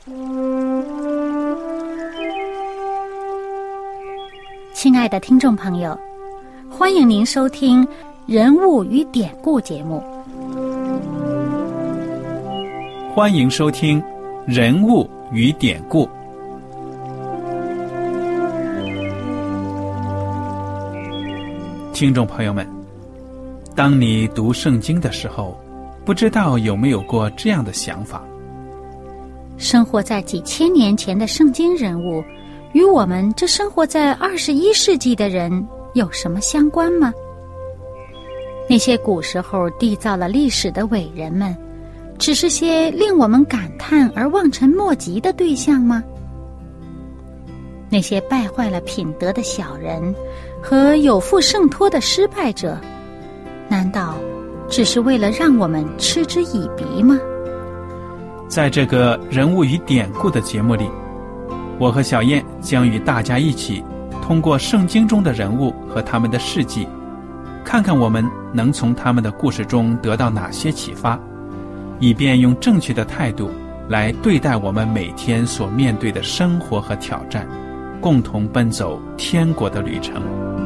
亲爱的听众朋友，欢迎您收听《人物与典故》节目。 欢迎收听《人物与典故》。听众朋友们，当你读圣经的时候，不知道有没有过这样的想法？ 生活在几千年前的圣经人物，与我们这生活在21世纪的人有什么相关吗？那些古时候缔造了历史的伟人们，只是些令我们感叹而望尘莫及的对象吗？那些败坏了品德的小人和有负圣托的失败者，难道只是为了让我们嗤之以鼻吗？ 在这个人物与典故的节目里，我和小燕将与大家一起通过圣经中的人物和他们的事迹，看看我们能从他们的故事中得到哪些启发，以便用正确的态度来对待我们每天所面对的生活和挑战，共同奔走天国的旅程。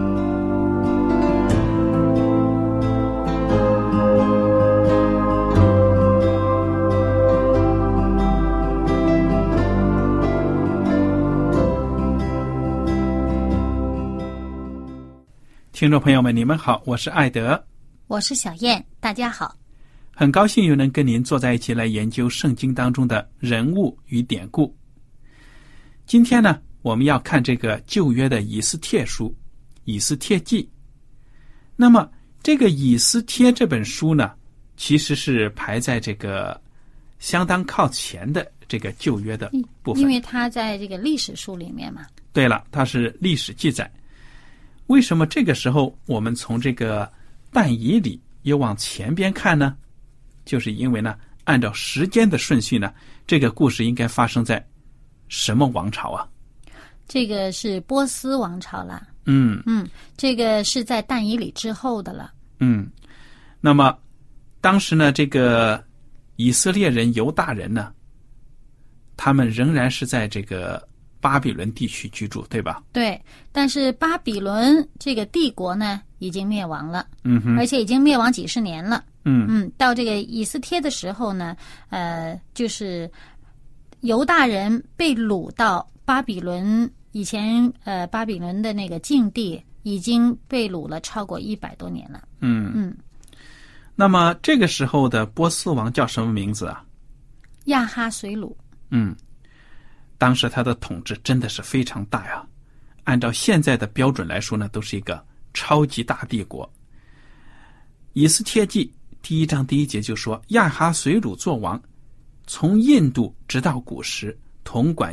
听众朋友们，你们好，我是艾德， 我是小燕，大家好。 很高兴又能跟您坐在一起来研究圣经当中的人物与典故。今天呢，我们要看这个旧约的以斯帖书，以斯帖记。那么这个以斯帖这本书呢，其实是排在这个相当靠前的这个旧约的部分， 因为它在这个历史书里面嘛。 对了，它是历史记载。为什么这个时候我们从这个但以理又往前边看呢？就是因为呢，按照时间的顺序呢，这个故事应该发生在什么王朝啊？ 这个是波斯王朝了。这个是在但以理之后的了。 那么当时呢，这个以色列人、犹大人呢，他们仍然是在这个巴比伦地区居住，对吧？对， 但是巴比伦这个帝国呢，已经灭亡了。而且已经灭亡几十年了。到这个以斯帖的时候呢，就是犹大人被掳到巴比伦，以前巴比伦的那个境地已经被掳了超过100多年了。 那么这个时候的波斯王叫什么名字啊？ 亚哈随鲁。 当时他的统治真的是非常大呀，按照现在的标准来说呢，都是一个超级大帝国。以斯帖记第1章第1节就说，亚哈随鲁作王，从印度直到古时，统管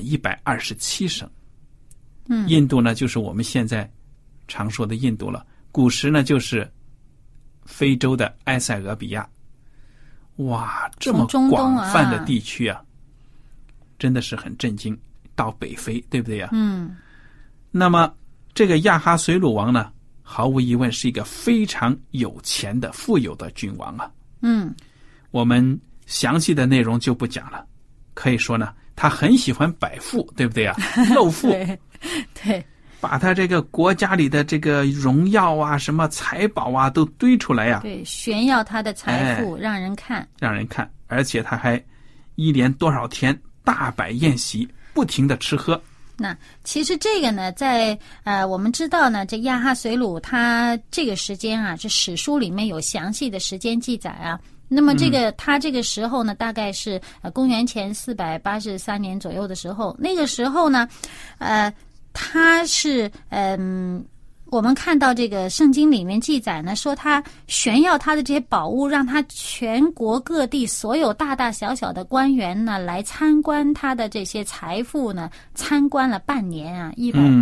127省。印度呢，就是我们现在常说的印度了，古时呢，就是非洲的埃塞俄比亚。哇，这么广泛的地区啊，真的是很震惊。到北非，对不对呀？那么这个亚哈随鲁王呢，毫无疑问是一个非常有钱的富有的君王啊。我们详细的内容就不讲了，可以说呢，他很喜欢摆富，对不对啊？露富。 对， 把他这个国家里的这个荣耀啊，什么财宝啊，都堆出来呀。 对，炫耀他的财富，让人看。 而且他还一连多少天大摆宴席，不停的吃喝。 那其实这个呢，在我们知道呢，这亚哈随鲁他这个时间啊，这史书里面有详细的时间记载啊。那么他这个时候呢，大概是公元前483年左右的时候。那个时候呢，他是我们看到这个圣经里面记载呢，说他炫耀他的这些宝物，让他全国各地所有大大小小的官员呢来参观他的这些财富呢，参观了半年啊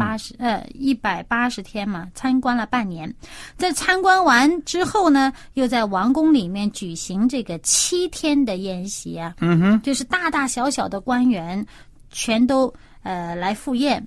，180天嘛，参观了半年。在参观完之后呢，又在王宫里面举行这个7天的宴席啊，就是大大小小的官员全都来赴宴。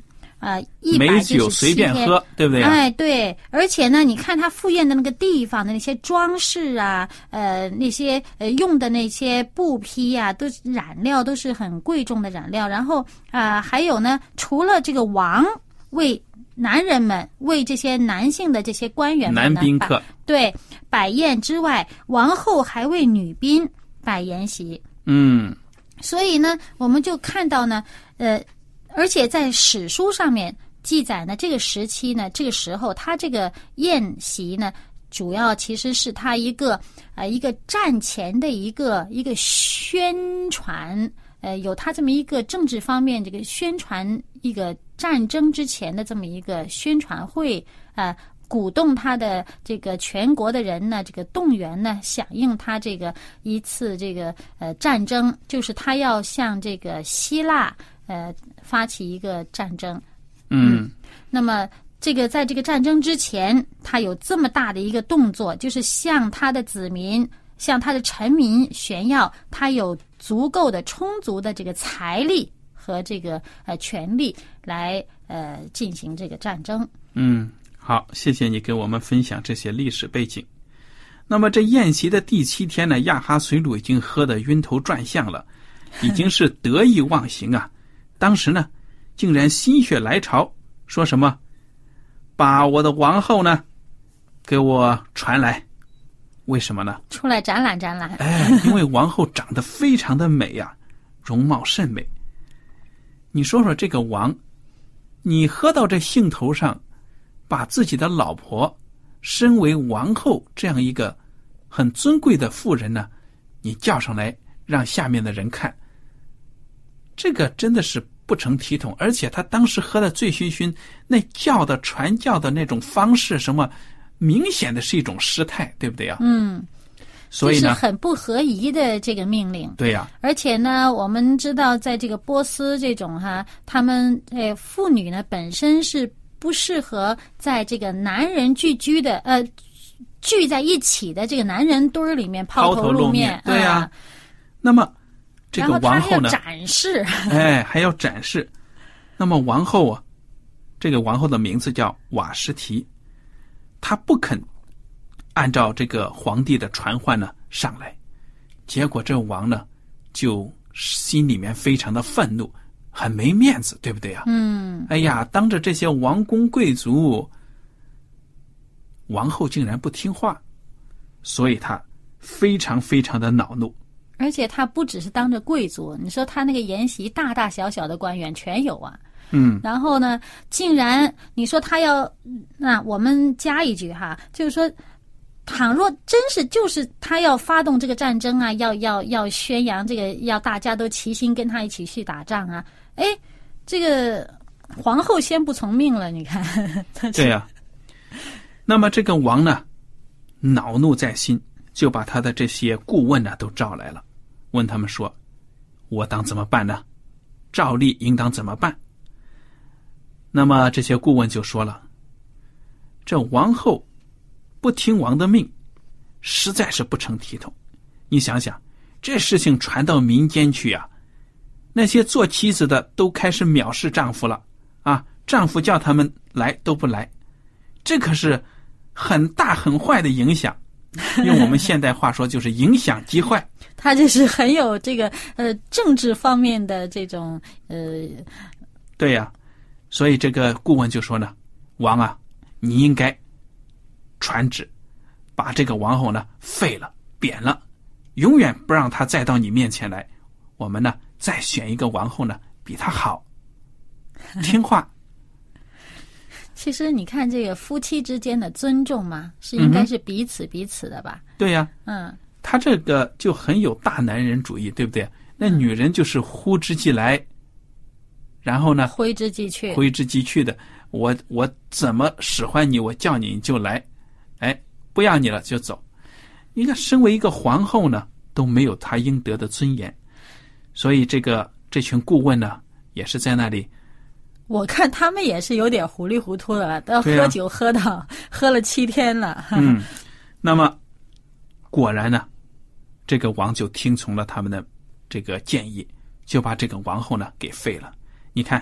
美酒随便喝，对不对啊？ 哎，对，而且呢，你看他赴宴的那个地方的那些装饰啊，那些用的那些布匹啊，都是染料，都是很贵重的染料。然后还有呢，除了这个王为男人们为这些男性的这些官员们男宾客对摆宴之外，王后还为女宾摆筵席。所以呢，我们就看到呢，而且在史书上面记载呢，这个时期呢，这个时候他这个宴席呢，主要其实是他一个战前的一个宣传，有他这么一个政治方面这个宣传一个战争之前的这么一个宣传会，鼓动他的这个全国的人呢，这个动员呢，响应他这个一次这个战争，就是他要向这个希腊发起一个战争。那么这个在这个战争之前，他有这么大的一个动作，就是向他的子民、向他的臣民炫耀，他有足够的、充足的这个财力和这个权力来进行这个战争。 好，谢谢你给我们分享这些历史背景。那么这宴席的第7天呢，亚哈随鲁已经喝得晕头转向了，已经是得意忘形啊。当时呢，竟然心血来潮，说什么把我的王后呢给我传来。为什么呢？ 出来展览展览。 因为王后长得非常的美啊，容貌甚美。你说说这个王，你喝到这兴头上，把自己的老婆身为王后这样一个很尊贵的妇人呢，你叫上来让下面的人看，这个真的是不成体统。而且他当时喝得醉醺醺，那传教的那种方式什么，明显的是一种失态，对不对啊？所以呢， 这是很不合宜的这个命令。 对呀， 而且呢，我们知道在这个波斯这种他们妇女呢本身是不适合在这个男人聚在一起的这个男人堆儿里面抛头露面。 对呀，那么这个王后呢， 然后她还要展示， 还要展示。那么王后啊，这个王后的名字叫瓦什提，她不肯按照这个皇帝的传唤呢上来，结果这王呢就心里面非常的愤怒，很没面子，对不对啊？哎呀，当着这些王公贵族，王后竟然不听话，所以他非常非常的恼怒。 而且他不只是当着贵族，你说他那个筵席大大小小的官员全有啊。然后呢，竟然你说他要，那我们加一句就是说，倘若真是就是他要发动这个战争啊，要宣扬这个，要大家都齐心跟他一起去打仗啊，这个皇后先不从命了，你看。 对呀。那么这个王呢，恼怒在心，就把他的这些顾问呢都召来了，问他们说，我当怎么办呢？照例应当怎么办？那么这些顾问就说了，这王后不听王的命，实在是不成体统。你想想，这事情传到民间去啊，那些做妻子的都开始藐视丈夫了啊，丈夫叫他们来都不来，这可是很大很坏的影响。用我们现代话说，就是影响极坏。 他就是很有这个政治方面的这种对呀，所以这个顾问就说呢，王啊，你应该传旨把这个王后呢废了贬了，永远不让她再到你面前来，我们呢再选一个王后呢比她好听话。 其实你看这个夫妻之间的尊重嘛，是应该是彼此的吧？ 对呀，他这个就很有大男人主义，对不对？那女人就是呼之即来，然后呢挥之即去的。我怎么使唤你，我叫你就来，不要你了就走。你看，身为一个皇后呢，都没有她应得的尊严，所以这群顾问呢，也是在那里。 我看他们也是有点糊里糊涂的了，都喝酒喝了7天了。 那么果然呢，这个王就听从了他们的这个建议，就把这个王后呢给废了。你看，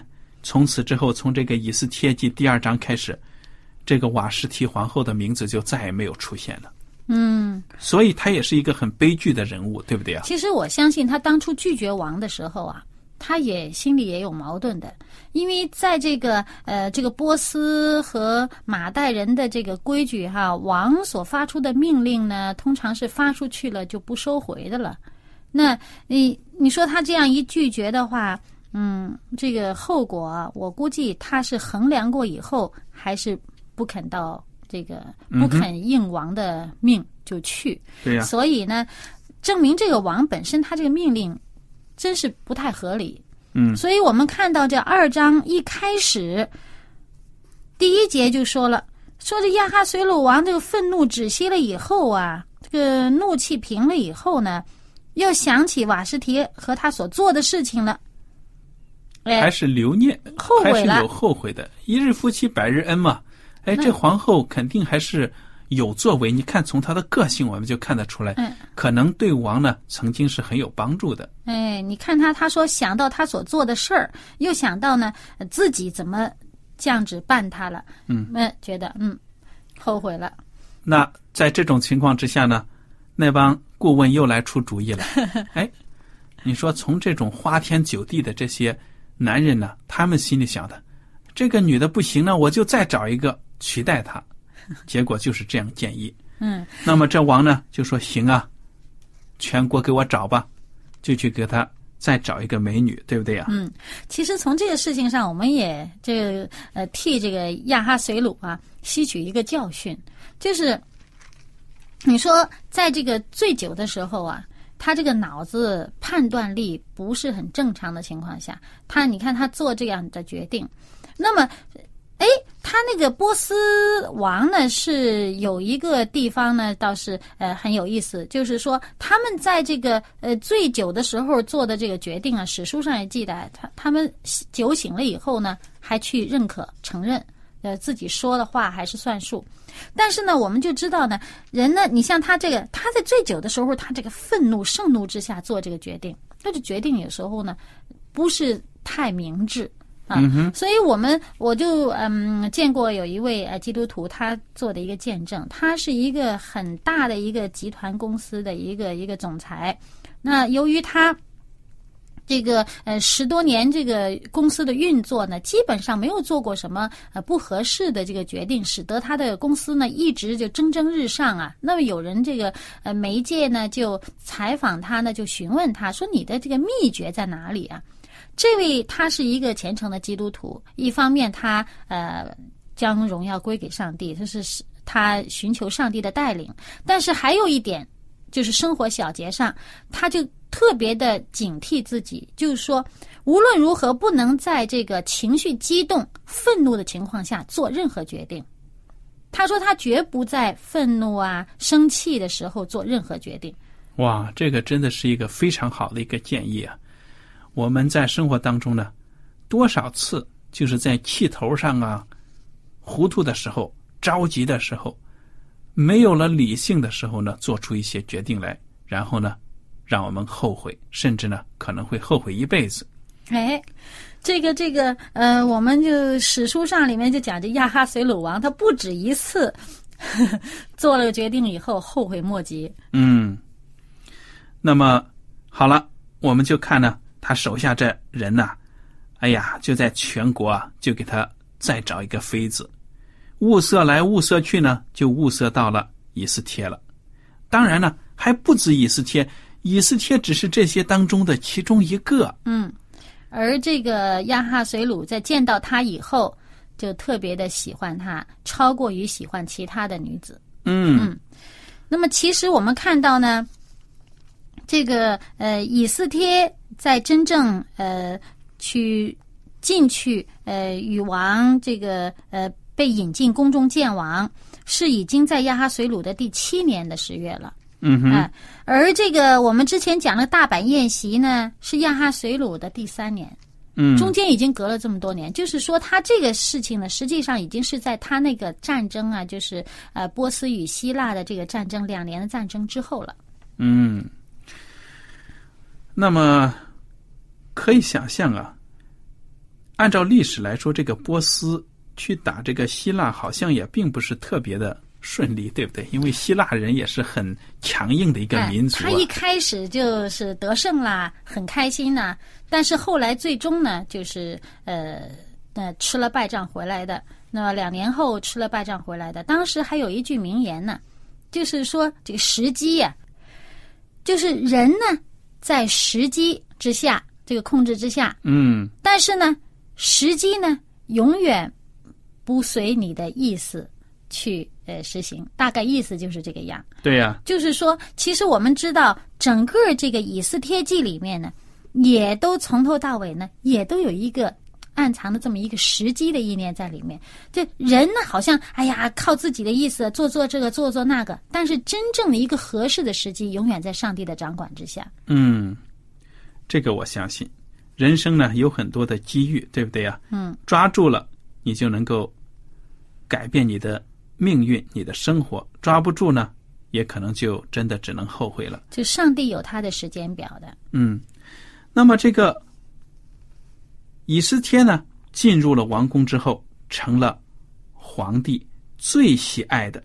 从此之后，从这个以斯帖记第2章开始，这个瓦实提皇后的名字就再也没有出现了。所以她也是一个很悲剧的人物，对不对啊？ 其实我相信她当初拒绝王的时候啊，她也心里也有矛盾的，因为在这个波斯和马代人的这个规矩哈，王所发出的命令呢，通常是发出去了就不收回的了。那你说他这样一拒绝的话，这个后果我估计他是衡量过以后，还是不肯不肯应王的命就去。 对呀。 所以呢，证明这个王本身他这个命令真是不太合理。所以我们看到这2章一开始第1节就说这亚哈随鲁王这个愤怒止息了以后啊，这个怒气平了以后呢，又想起瓦实提和他所做的事情了， 还是留念， 后悔了， 还是有后悔的。一日夫妻百日恩嘛。这皇后肯定还是有作为。你看从她的个性我们就看得出来，可能对王呢曾经是很有帮助的。 你看他说想到他所做的事儿，又想到呢自己怎么这样子办他了，觉得后悔了。 那在这种情况之下呢，那帮顾问又来出主意了。你说从这种花天酒地的这些男人呢，他们心里想的，这个女的不行呢，我就再找一个取代她。结果就是这样建议。那么这王呢就说行啊，全国给我找吧，就去给他再找一个美女，对不对呀？ 其实从这个事情上，我们也替这个亚哈随鲁啊吸取一个教训，就是你说在这个醉酒的时候啊，他这个脑子判断力不是很正常的情况下，你看他做这样的决定，那么他那个波斯王呢是有一个地方呢倒是很有意思，就是说他们在这个醉酒的时候做的这个决定啊，史书上也记载，他们酒醒了以后呢还去认可承认自己说的话还是算数。但是呢我们就知道呢，人呢你像他在醉酒的时候，他这个愤怒盛怒之下做这个决定，那这决定有时候呢不是太明智。所以我就见过有一位基督徒，他做的一个见证，他是一个很大的一个集团公司的一个总裁。那由于他这个10多年这个公司的运作呢，基本上没有做过什么不合适的这个决定，使得他的公司呢一直就蒸蒸日上啊。那么有人这个媒介呢就采访他呢，就询问他说你的这个秘诀在哪里啊？这位他是一个虔诚的基督徒，一方面他将荣耀归给上帝，就是他寻求上帝的带领，但是还有一点就是生活小节上他就特别的警惕自己，就是说无论如何不能在这个情绪激动愤怒的情况下做任何决定。他说他绝不在愤怒啊生气的时候做任何决定。 哇，这个真的是一个非常好的一个建议啊。我们在生活当中呢，多少次就是在气头上啊，糊涂的时候，着急的时候，没有了理性的时候呢，做出一些决定来，然后呢让我们后悔，甚至呢可能会后悔一辈子。 这个我们就史书上里面就讲这亚哈随鲁王，他不止一次做了决定以后后悔莫及。 那么好了，我们就看呢他手下这人呢，就在全国啊，就给他再找一个妃子，物色来物色去呢，就物色到了以斯帖了。当然呢，还不止以斯帖，以斯帖只是这些当中的其中一个。 而这个亚哈随鲁在见到他以后，就特别的喜欢他，超过于喜欢其他的女子。那么其实我们看到呢，这个以斯帖在真正进去与王这个被引进宫中见王，是已经在亚哈随鲁的第7年的10月了。而这个我们之前讲的大阪宴席呢，是亚哈随鲁的第3年。中间已经隔了这么多年，就是说他这个事情呢，实际上已经是在他那个战争啊，就是波斯与希腊的这个战争2年的战争之后了。那么可以想象啊， 按照历史来说，这个波斯去打这个希腊好像也并不是特别的顺利，对不对？因为希腊人也是很强硬的一个民族他一开始就是得胜啦，很开心啦，但是后来最终呢，就是吃了败仗回来的。那么2年后吃了败仗回来的，当时还有一句名言呢，就是说这个时机呀，就是人呢在时机之下，这个控制之下，但是呢，时机呢永远不随你的意思去实行，大概意思就是这个样。 对呀， 就是说，其实我们知道，整个这个以斯帖记里面呢，也都从头到尾呢，也都有一个暗藏的这么一个时机的意念在里面。这人呢，好像哎呀，靠自己的意思做这个，做那个，但是真正的一个合适的时机，永远在上帝的掌管之下。 这个我相信。人生呢有很多的机遇，对不对呀？抓住了，你就能够改变你的命运，你的生活；抓不住呢，也可能就真的只能后悔了。 就上帝有他的时间表的。 那么这个以斯帖呢，进入了王宫之后，成了皇帝最喜爱的。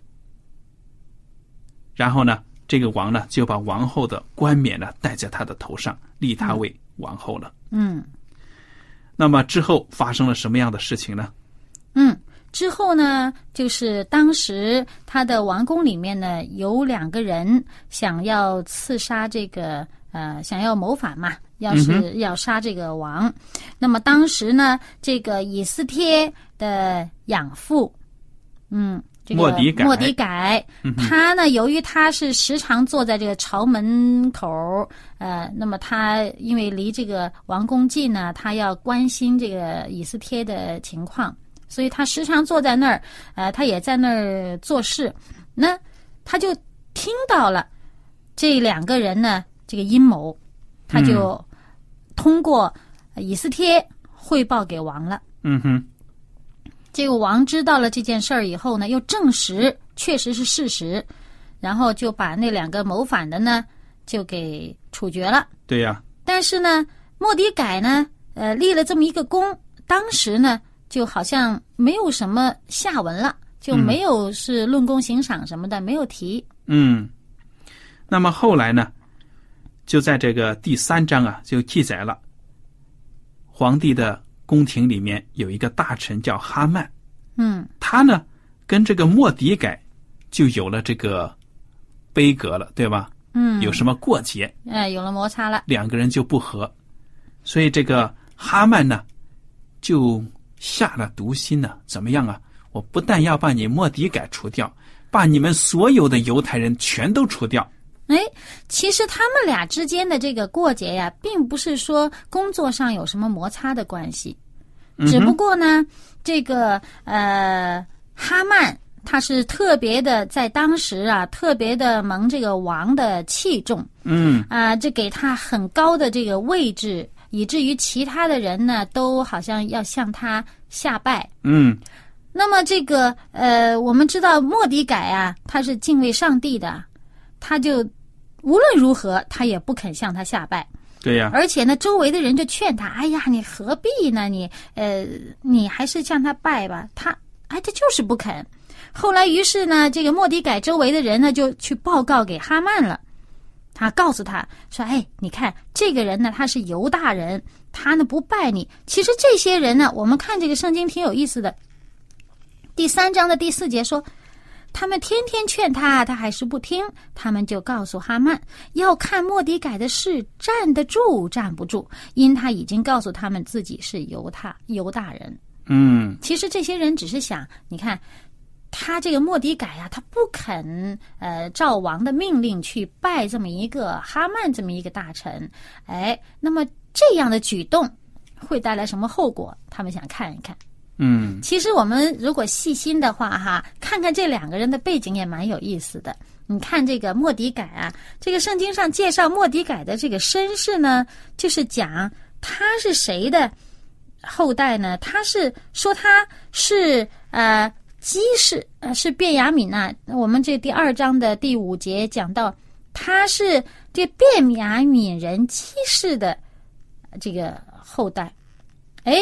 然后呢，这个王呢，就把王后的冠冕呢戴在他的头上，立他为王后了。那么之后发生了什么样的事情呢？ 之后呢，就是当时他的王宫里面呢，有2个人想要刺杀这个想要谋反嘛，要杀这个王。那么当时呢，这个以斯帖的养父，这个莫迪改，他呢，由于他是时常坐在这个朝门口，那么他因为离这个王宫近呢，他要关心这个以斯帖的情况，所以他时常坐在那儿，他也在那儿做事。那他就听到了这2个人呢这个阴谋，他就通过以斯帖汇报给王了。这个王知道了这件事儿以后呢，又证实确实是事实，然后就把那2个谋反的呢就给处决了。 对呀。 但是呢，莫迪改呢立了这么一个功，当时呢就好像没有什么下文了，就没有是论功行赏什么的，没有提。 那么后来呢，就在这个第3章啊，就记载了皇帝的宫廷里面有一个大臣叫哈曼。他呢跟这个莫迪改就有了这个杯葛了，对吧？有什么过节， 有了摩擦了 ，2个人就不和。所以这个哈曼呢就下了毒心呢，怎么样啊？我不但要把你莫迪改除掉，把你们所有的犹太人全都除掉。 其实他们俩之间的这个过节呀，并不是说工作上有什么摩擦的关系，只不过呢，这个哈曼他是特别的在当时啊，特别的蒙这个王的器重，这给他很高的这个位置，以至于其他的人呢都好像要向他下拜。那么这个我们知道莫迪改啊，他是敬畏上帝的，他就无论如何他也不肯向他下拜。 对呀。 而且呢，周围的人就劝他，哎呀，你何必呢？你还是向他拜吧。他就是不肯。后来于是呢，这个莫迪改周围的人呢就去报告给哈曼了。他告诉他说，你看这个人呢，他是犹大人，他呢不拜你。其实这些人呢，我们看这个圣经挺有意思的。第3章的第4节说，他们天天劝他，他还是不听。他们就告诉哈曼，要看莫迪改的事站得住站不住，因他已经告诉他们自己是犹大人。其实这些人只是想，你看他这个莫迪改啊，他不肯照王的命令去拜这么一个哈曼这么一个大臣。那么这样的举动会带来什么后果？他们想看一看。其实我们如果细心的话哈，看看这2个人的背景也蛮有意思的。你看这个莫迪改啊，这个圣经上介绍莫迪改的这个身世呢，就是讲他是谁的后代呢？他是说他是基士，是便雅悯啊。我们这第2章的第5节讲到，他是这便雅悯人基士的这个后代。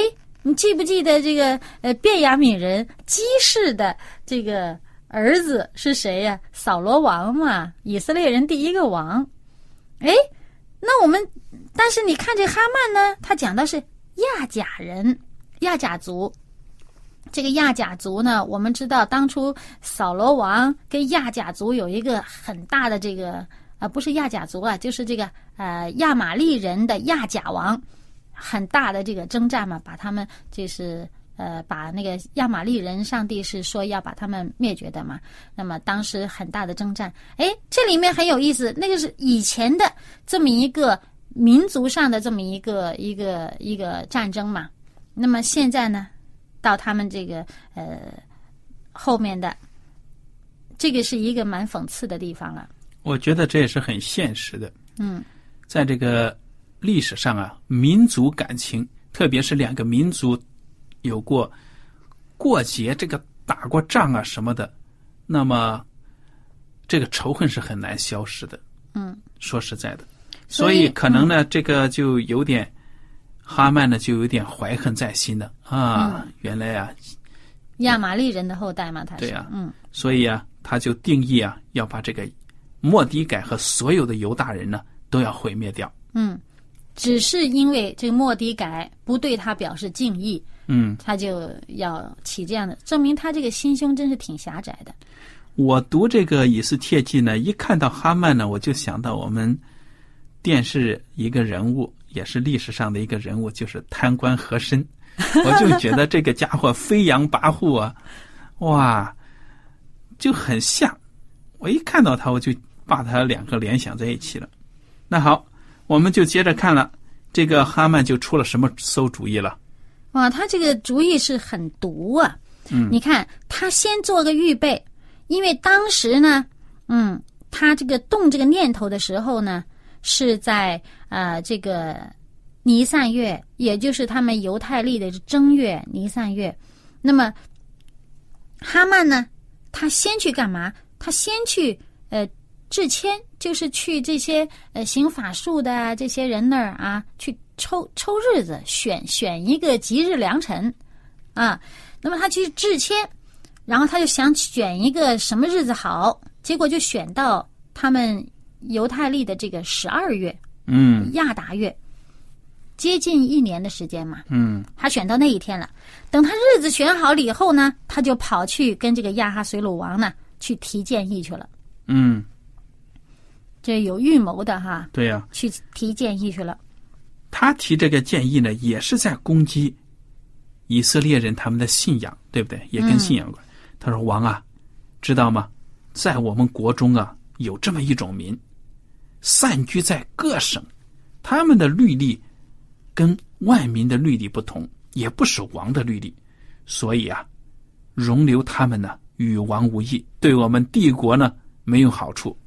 你记不记得这个便雅悯人基士的这个儿子是谁呀？扫罗王嘛，以色列人第一个王。哎，那我们但是你看这哈曼呢，他讲的是亚甲人，亚甲族。这个亚甲族呢，我们知道当初扫罗王跟亚甲族有一个很大的这个不是亚甲族啊，就是这个亚玛利人的亚甲王，很大的这个征战嘛，把他们就是把那个亚玛利人，上帝是说要把他们灭绝的嘛。那么当时很大的征战，哎，这里面很有意思，那个是以前的这么一个民族上的这么一个战争嘛。那么现在呢，到他们这个后面的这个是一个蛮讽刺的地方了。 我觉得这也是很现实的。 嗯， 在这个历史上啊，民族感情，特别是两个民族有过节，这个打过仗啊什么的，那么这个仇恨是很难消失的。 嗯， 说实在的，所以可能呢，这个就有点哈曼呢就有点怀恨在心的啊。原来啊， 亚玛利人的后代嘛，他是对啊，所以啊，他就定义啊，要把这个末底改和所有的犹大人呢都要毁灭掉。 只是因为这个末底改不对他表示敬意，他就要起这样的，证明他这个心胸真是挺狭窄的。 我读这个以斯帖记呢，一看到哈曼呢，我就想到我们电视一个人物，也是历史上的一个人物，就是贪官和珅。我就觉得这个家伙飞扬跋扈啊，哇，就很像。我一看到他，我就把他两个联想在一起了。那好，我们就接着看了，这个哈曼就出了什么馊主意了？ 哇，他这个主意是很毒啊！你看他先做个预备，因为当时呢，他这个动这个念头的时候呢，是在这个尼散月，也就是他们犹太历的正月尼散月。那么哈曼呢，他先去干嘛？他先去制签，就是去这些行法术的这些人那儿啊，去抽日子，选一个吉日良辰啊。那么他去制签，然后他就想选一个什么日子好，结果就选到他们犹太历的这个12月，亚达月，接近1年的时间嘛，他选到那一天了。等他日子选好了以后呢，他就跑去跟这个亚哈随鲁王呢去提建议去了。这有预谋的哈。 对呀， 去提建议去了。 他提这个建议呢，也是在攻击以色列人他们的信仰，对不对？也跟信仰有关。他说：“王啊，知道吗？在我们国中啊，有这么一种民，散居在各省，他们的律例跟万民的律例不同，也不是王的律例，所以啊，容留他们呢，与王无益，对我们帝国呢没有好处。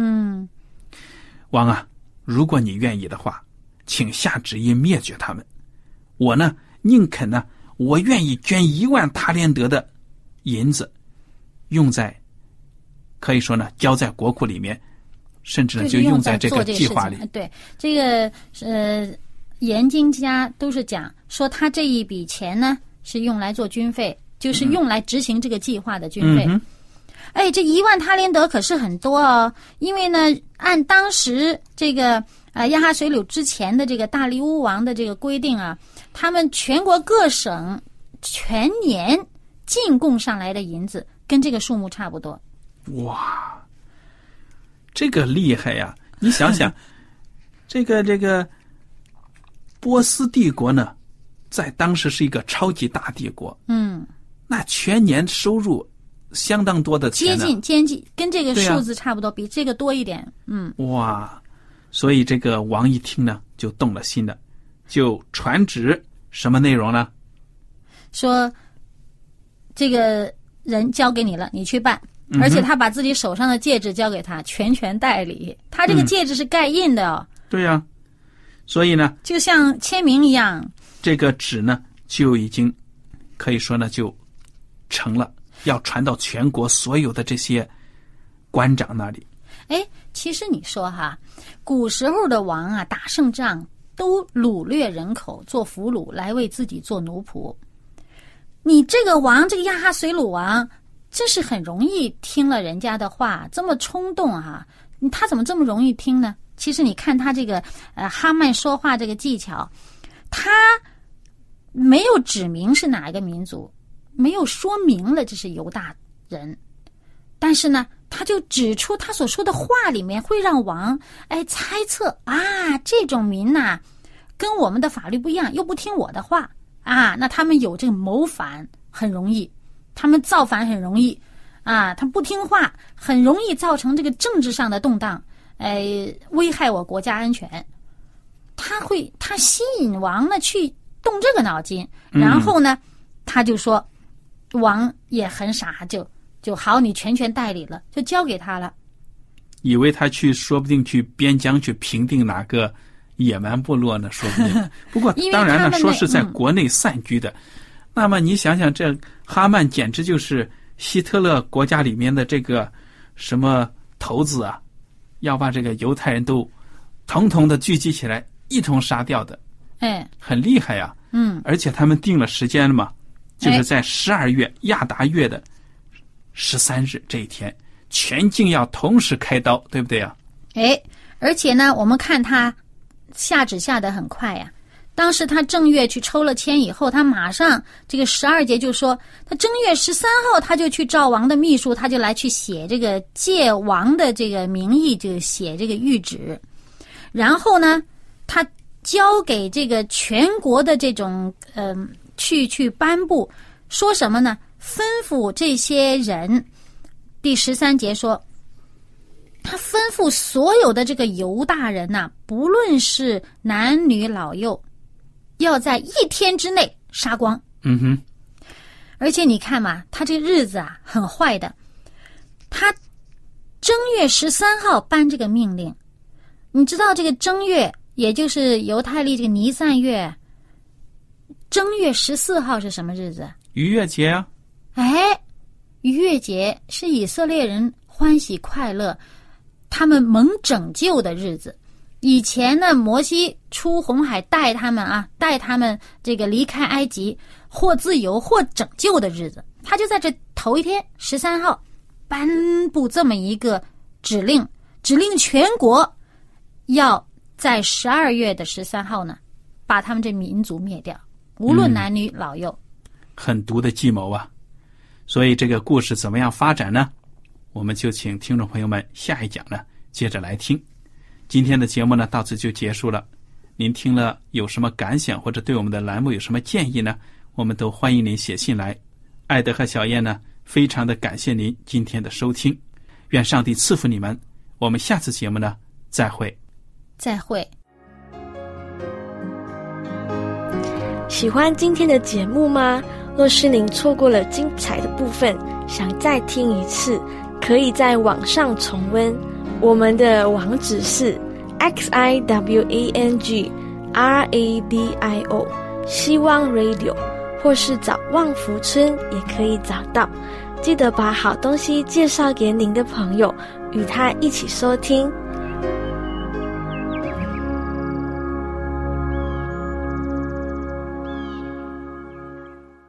王啊，如果你愿意的话，请下旨意灭绝他们。我呢，宁肯呢，我愿意捐1万塔连德的银子，用在，可以说呢，交在国库里面，甚至呢，就用在这个计划里。 对，这个研经家都是讲说，他这一笔钱呢，是用来做军费，就是用来执行这个计划的军费。哎，这1万塔连德可是很多哦，因为呢，按当时这个亚哈随鲁之前的这个大利乌王的这个规定啊，他们全国各省全年进贡上来的银子跟这个数目差不多。 哇，这个厉害呀！你想想，这个波斯帝国呢，在当时是一个超级大帝国。那全年收入相当多的钱呢， 接近跟这个数字差不多，比这个多一点。 哇，所以这个王一听呢，就动了心了，就传旨什么内容呢？说这个人交给你了，你去办。而且他把自己手上的戒指交给他，全权代理。他这个戒指是盖印的哦。 对呀，所以呢， 就像签名一样。 这个旨呢，就已经可以说呢，就成了，要传到全国所有的这些官长那里。 哎，其实你说哈，古时候的王啊，打胜仗都掳掠人口，做俘虏来为自己做奴仆。你这个王，这个亚哈随鲁王，真是很容易听了人家的话，这么冲动啊！他怎么这么容易听呢？其实你看他这个哈曼说话这个技巧，他没有指明是哪一个民族，没有说明了这是犹大人，但是呢，他就指出他所说的话里面会让王猜测啊，这种民呐，跟我们的法律不一样，又不听我的话啊，那他们有这个谋反很容易，他们造反很容易啊，他不听话很容易造成这个政治上的动荡，危害我国家安全。他吸引王呢去动这个脑筋，然后呢，他就说王也很傻，就好，你全权代理了，就交给他了。 以为他说不定去边疆去平定哪个野蛮部落呢，说不定。不过当然了，说是在国内散居的。那么你想想，这哈曼简直就是希特勒国家里面的这个什么头子啊，要把这个犹太人都统统的聚集起来，一同杀掉的。很厉害呀。而且他们定了时间了嘛，就是在12月亚达月的13日这一天，全境要同时开刀，对不对啊？ 而且呢，我们看他下旨下得很快呀。当时他正月去抽了签以后，他马上这个12节就说，他正月13号他就去召王的秘书，他就来去写这个借王的这个名义，就写这个谕旨。然后呢，他交给这个全国的这种去颁布，说什么呢？吩咐这些人，第13节说，他吩咐所有的这个犹大人呐，不论是男女老幼，要在1天之内杀光。而且你看嘛，他这日子啊很坏的，他正月13号颁这个命令。你知道这个正月，也就是犹太历这个尼散月，正月14号是什么日子？ 逾越节啊。 逾越节是以色列人欢喜快乐，他们蒙拯救的日子。以前呢，摩西出红海带他们这个离开埃及，或自由或拯救的日子，他就在这头一天13号颁布这么一个指令全国要在12月的13号呢，把他们这民族灭掉，无论男女老幼。 很毒的计谋啊！所以这个故事怎么样发展呢？我们就请听众朋友们下一讲呢接着来听。今天的节目呢到此就结束了。您听了有什么感想，或者对我们的栏目有什么建议呢？我们都欢迎您写信来。艾德和小燕呢非常的感谢您今天的收听，愿上帝赐福你们。我们下次节目呢再会。 喜欢今天的节目吗？若是您错过了精彩的部分，想再听一次，可以在网上重温。我们的网址是 xiwangradio 希望 radio， 或是找旺福村也可以找到。记得把好东西介绍给您的朋友，与他一起收听。